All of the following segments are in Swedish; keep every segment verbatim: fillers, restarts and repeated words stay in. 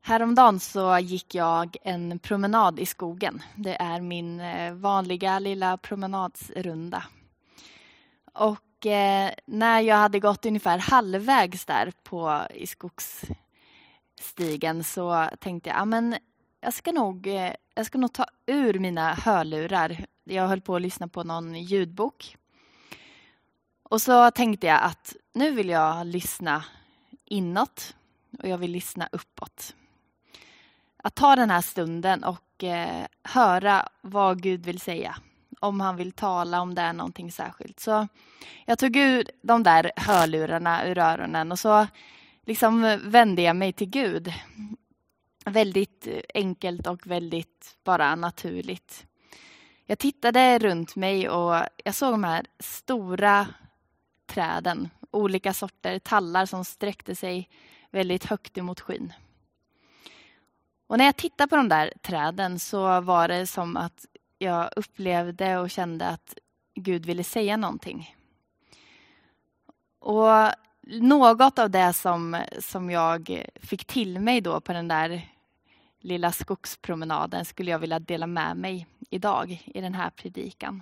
Häromdagen så gick jag en promenad i skogen. Det är min vanliga lilla promenadsrunda. Och eh, när jag hade gått ungefär halvvägs där på, i skogsstigen så tänkte jag, ja, men jag ska nog, eh, jag ska nog ta ur mina hörlurar. Jag höll på att lyssna på någon ljudbok. Och så tänkte jag att nu vill jag lyssna inåt och jag vill lyssna uppåt. Att ta den här stunden och eh, höra vad Gud vill säga. Om han vill tala, om det är någonting särskilt. Så jag tog ur de där hörlurarna ur öronen och så liksom vände jag mig till Gud. Väldigt enkelt och väldigt bara naturligt. Jag tittade runt mig och jag såg de här stora träden. Olika sorter tallar som sträckte sig väldigt högt emot skyn. Och när jag tittade på de där träden så var det som att jag upplevde och kände att Gud ville säga någonting. Och något av det som, som jag fick till mig då på den där lilla skogspromenaden skulle jag vilja dela med mig idag i den här predikan.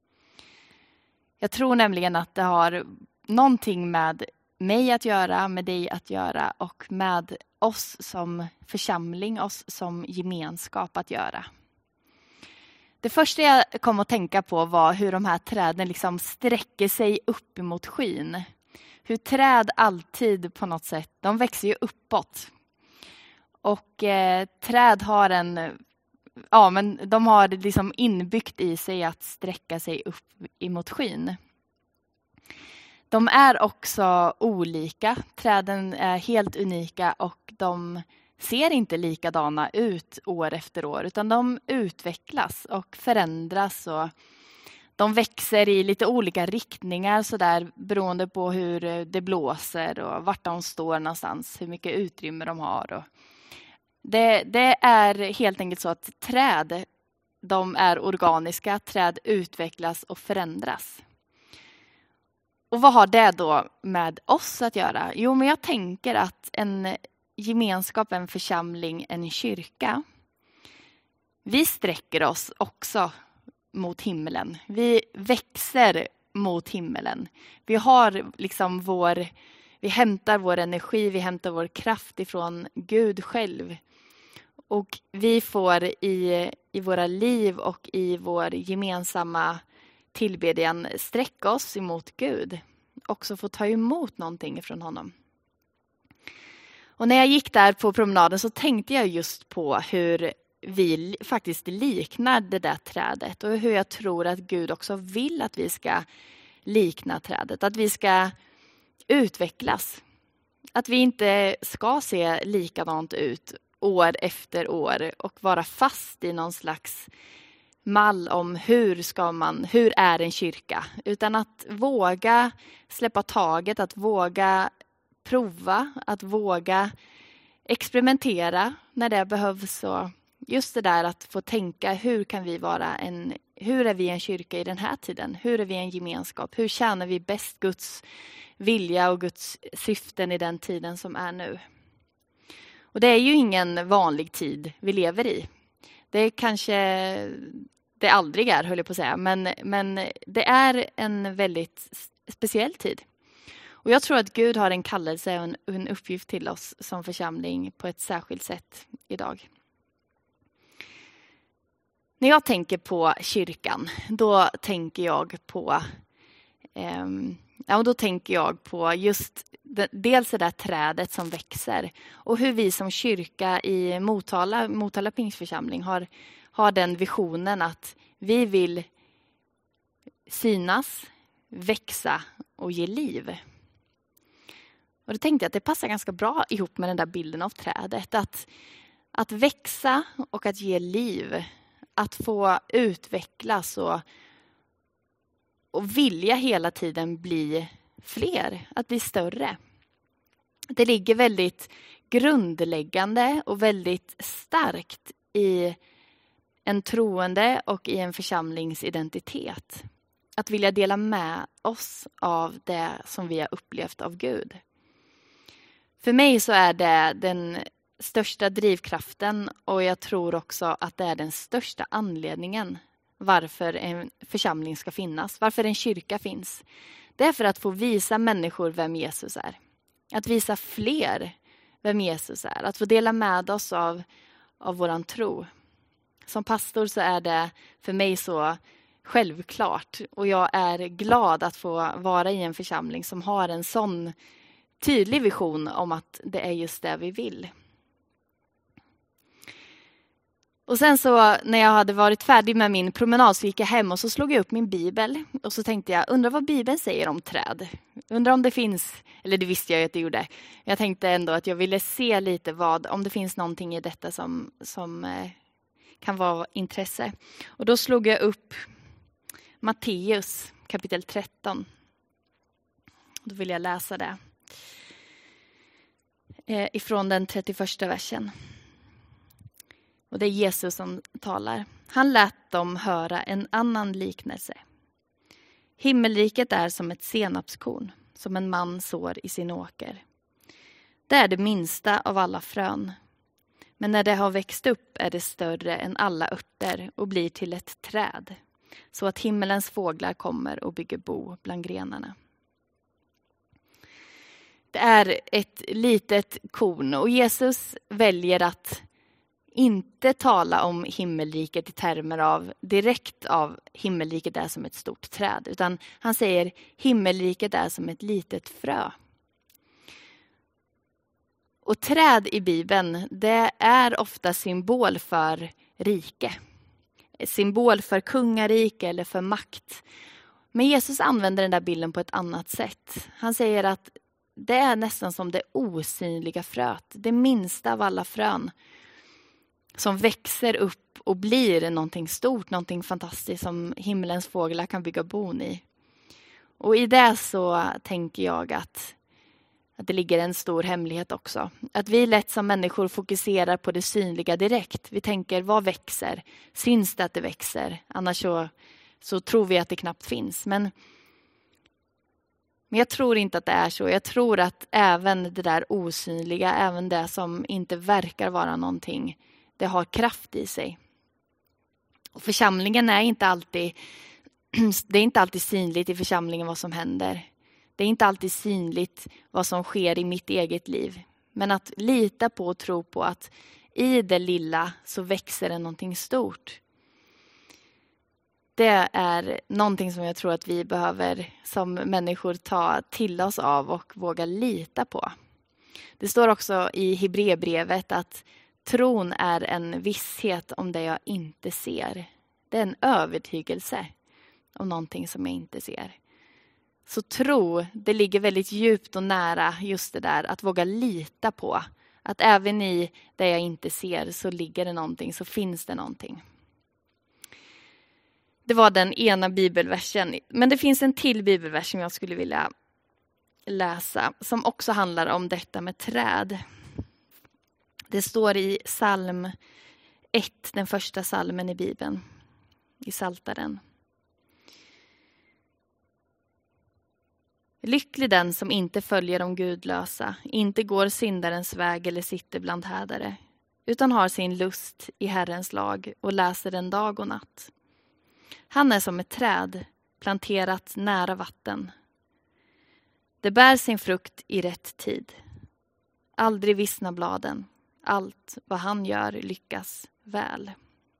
Jag tror nämligen att det har någonting med mig att göra, med dig att göra och med oss som församling, oss som gemenskap att göra. Det första jag kom att tänka på var hur de här träden liksom sträcker sig upp emot skyn. Hur träd alltid på något sätt, de växer ju uppåt. Och eh, träd har en, ja men de har liksom inbyggt i sig att sträcka sig upp emot skyn. De är också olika. Träden är helt unika och de ser inte likadana ut år efter år utan de utvecklas och förändras och de växer i lite olika riktningar så där beroende på hur det blåser och vart de står någonstans, hur mycket utrymme de har. Och det, det är helt enkelt så att träd, de är organiska, träd utvecklas och förändras. Och vad har det då med oss att göra? Jo, men jag tänker att en gemenskap, en församling, en kyrka. Vi sträcker oss också mot himlen. Vi växer mot himlen. Vi har liksom vår, vi hämtar vår energi, vi hämtar vår kraft ifrån Gud själv. Och vi får i, i våra liv och i vår gemensamma tillbedjan sträcka oss emot Gud. Också få ta emot någonting från honom. Och när jag gick där på promenaden så tänkte jag just på hur vi faktiskt liknar det där trädet. Och hur jag tror att Gud också vill att vi ska likna trädet. Att vi ska utvecklas. Att vi inte ska se likadant ut år efter år. Och vara fast i någon slags mall om hur ska man, hur är en kyrka. Utan att våga släppa taget, att våga prova, att våga experimentera när det behövs. Och just det där att få tänka, hur kan vi vara en, hur är vi en kyrka i den här tiden? Hur är vi en gemenskap? Hur tjänar vi bäst Guds vilja och Guds syften i den tiden som är nu? Och det är ju ingen vanlig tid vi lever i. Det är kanske det aldrig är, höll jag på att säga. Men, men det är en väldigt speciell tid. Och jag tror att Gud har en kallelse och en, en uppgift till oss som församling på ett särskilt sätt idag. När jag tänker på kyrkan, då tänker jag på, eh, ja, då tänker jag på just det, dels det där trädet som växer. Och hur vi som kyrka i Motala, Motala Pingstförsamling har, har den visionen att vi vill synas, växa och ge liv. Och då tänkte jag att det passar ganska bra ihop med den där bilden av trädet. Att, att växa och att ge liv. Att få utvecklas och, och vilja hela tiden bli fler. Att bli större. Det ligger väldigt grundläggande och väldigt starkt i en troende och i en församlingsidentitet. Att vilja dela med oss av det som vi har upplevt av Gud. För mig så är det den största drivkraften, och jag tror också att det är den största anledningen varför en församling ska finnas, varför en kyrka finns. Det är för att få visa människor vem Jesus är. Att visa fler vem Jesus är. Att få dela med oss av, av våran tro. Som pastor så är det för mig så självklart. Och jag är glad att få vara i en församling som har en sån tydlig vision om att det är just det vi vill. Och sen så när jag hade varit färdig med min promenad så gick jag hem och så slog jag upp min bibel. Och så tänkte jag, undrar vad Bibeln säger om träd. Undrar om det finns, eller det visste jag ju att det gjorde. Jag tänkte ändå att jag ville se lite vad, om det finns någonting i detta som, som eh, kan vara intresse. Och då slog jag upp Matteus kapitel tretton. Då vill jag läsa det. Eh, ifrån den trettioförsta versen. Och det är Jesus som talar. Han lät dem höra en annan liknelse. Himmelriket är som ett senapskorn som en man sår i sin åker. Det är det minsta av alla frön. Men när det har växt upp är det större än alla örter och blir till ett träd. Så att himmelens fåglar kommer och bygger bo bland grenarna. Det är ett litet korn och Jesus väljer att inte tala om himmelriket i termer av direkt av himmelriket är som ett stort träd. Utan han säger himmelriket är som ett litet frö. Och träd i Bibeln, det är ofta symbol för rike. Symbol för kungarike eller för makt. Men Jesus använder den där bilden på ett annat sätt. Han säger att det är nästan som det osynliga fröet. Det minsta av alla frön. Som växer upp och blir någonting stort, någonting fantastiskt som himmelens fåglar kan bygga bon i. Och i det så tänker jag att, att det ligger en stor hemlighet också. Att vi lätt som människor fokuserar på det synliga direkt. Vi tänker, vad växer? Syns det att det växer? Annars så, så tror vi att det knappt finns. Men, men jag tror inte att det är så. Jag tror att även det där osynliga, även det som inte verkar vara någonting, det har kraft i sig. Och församlingen är inte alltid, det är inte alltid synligt i församlingen vad som händer. Det är inte alltid synligt vad som sker i mitt eget liv. Men att lita på och tro på att i det lilla så växer det någonting stort. Det är någonting som jag tror att vi behöver som människor ta till oss av och våga lita på. Det står också i Hebreerbrevet att tron är en visshet om det jag inte ser. Det är en övertygelse om någonting som jag inte ser. Så tro, det ligger väldigt djupt och nära just det där att våga lita på. Att även i det jag inte ser så ligger det någonting, så finns det någonting. Det var den ena bibelversen. Men det finns en till bibelvers som jag skulle vilja läsa. Som också handlar om detta med träd. Det står i psalm ett, den första psalmen i Bibeln, i Psaltaren. Lycklig den som inte följer de gudlösa, inte går syndarens väg eller sitter bland härdare, utan har sin lust i Herrens lag och läser den dag och natt. Han är som ett träd planterat nära vatten. Det bär sin frukt i rätt tid. Aldrig vissnar bladen. Allt vad han gör lyckas väl.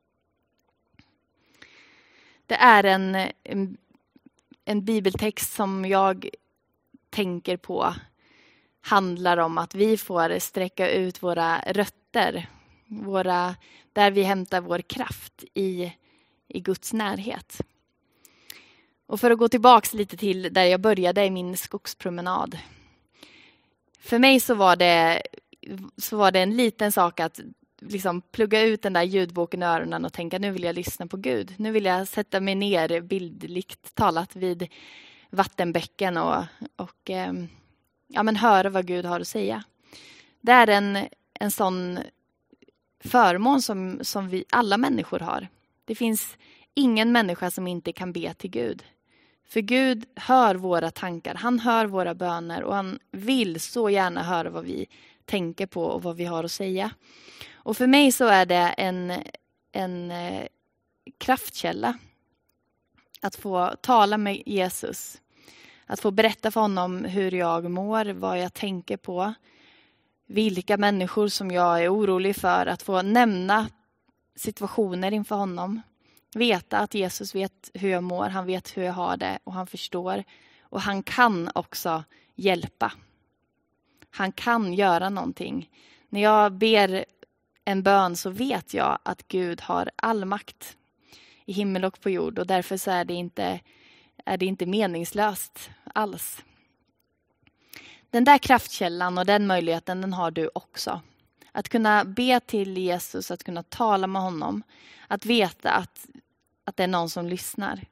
Det är en, en, en bibeltext som jag tänker på handlar om att vi får sträcka ut våra rötter. Våra, där vi hämtar vår kraft i, i Guds närhet. Och för att gå tillbaka lite till där jag började i min skogspromenad. För mig så var det så var det en liten sak att liksom plugga ut den där ljudboken i öronen och tänka nu vill jag lyssna på Gud. Nu vill jag sätta mig ner bildligt talat vid vattenbäcken och, och ja, men höra vad Gud har att säga. Det är en, en sån förmån som, som vi alla människor har. Det finns ingen människa som inte kan be till Gud. För Gud hör våra tankar, han hör våra böner och han vill så gärna höra vad vi tänker på och vad vi har att säga. Och för mig så är det en, en eh, kraftkälla att få tala med Jesus. Att få berätta för honom hur jag mår, vad jag tänker på, vilka människor som jag är orolig för. Att få nämna situationer inför honom. Veta att Jesus vet hur jag mår, han vet hur jag har det och han förstår. Och han kan också hjälpa. Han kan göra någonting. När jag ber en bön så vet jag att Gud har all makt i himmel och på jord. Och därför så är det inte, är det inte meningslöst alls. Den där kraftkällan och den möjligheten, den har du också. Att kunna be till Jesus, att kunna tala med honom. Att veta att, att det är någon som lyssnar.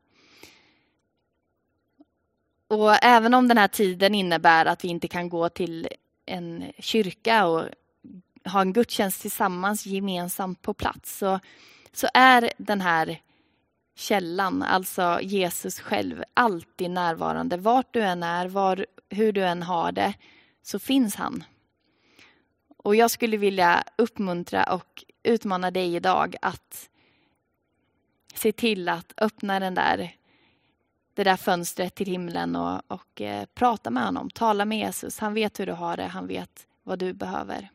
Och även om den här tiden innebär att vi inte kan gå till en kyrka och ha en gudstjänst tillsammans gemensamt på plats, så, så är den här källan, alltså Jesus själv, alltid närvarande. Vart du än är, var, hur du än har det, så finns han. Och jag skulle vilja uppmuntra och utmana dig idag att se till att öppna den där, det där fönstret till himlen och, och eh, prata med honom. Tala med Jesus. Han vet hur du har det. Han vet vad du behöver.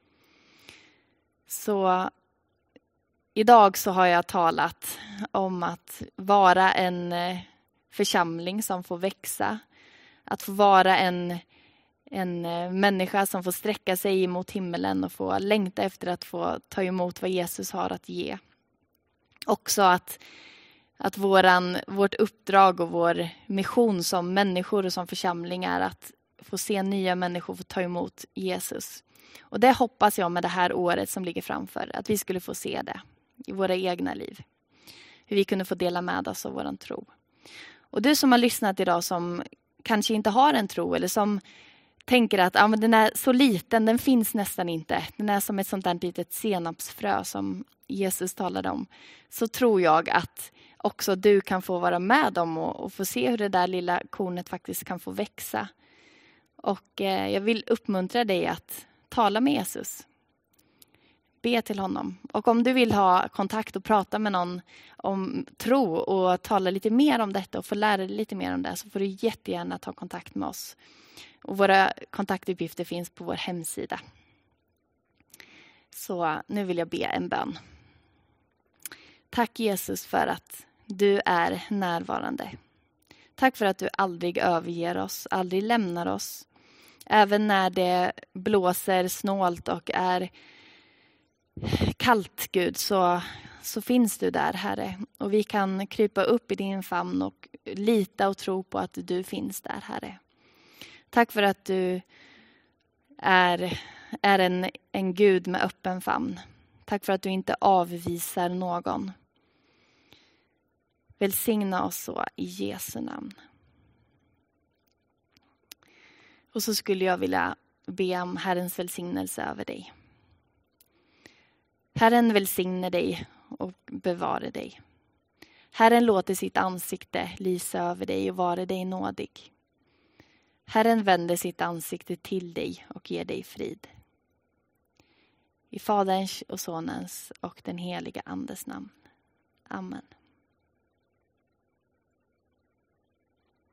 Så idag så har jag talat om att vara en eh, församling som får växa. Att få vara en, en eh, människa som får sträcka sig mot himlen och få längta efter att få ta emot vad Jesus har att ge. Också att Att våran, vårt uppdrag och vår mission som människor och som församling är att få se nya människor få ta emot Jesus. Och det hoppas jag med det här året som ligger framför. Att vi skulle få se det i våra egna liv. Hur vi kunde få dela med oss av våran tro. Och du som har lyssnat idag som kanske inte har en tro eller som tänker att ah, men den är så liten, den finns nästan inte. Den är som ett sånt där litet senapsfrö som Jesus talade om. Så tror jag att också du kan få vara med dem och, och få se hur det där lilla kornet faktiskt kan få växa. Och eh, jag vill uppmuntra dig att tala med Jesus. Be till honom. Och om du vill ha kontakt och prata med någon om tro och tala lite mer om detta och få lära dig lite mer om det, så får du jättegärna ta kontakt med oss. Och våra kontaktuppgifter finns på vår hemsida. Så nu vill jag be en bön. Tack Jesus för att du är närvarande. Tack för att du aldrig överger oss, aldrig lämnar oss. Även när det blåser snålt och är kallt, Gud, så, så finns du där, Herre. Och vi kan krypa upp i din famn och lita och tro på att du finns där, Herre. Tack för att du är, är en, en Gud med öppen famn. Tack för att du inte avvisar någon. Välsigna oss så i Jesu namn. Och så skulle jag vilja be om Herrens välsignelse över dig. Herren välsigne dig och bevare dig. Herren låter sitt ansikte lysa över dig och vara dig nådig. Herren vänder sitt ansikte till dig och ger dig frid. I Faderns och Sonens och den heliga Andes namn. Amen.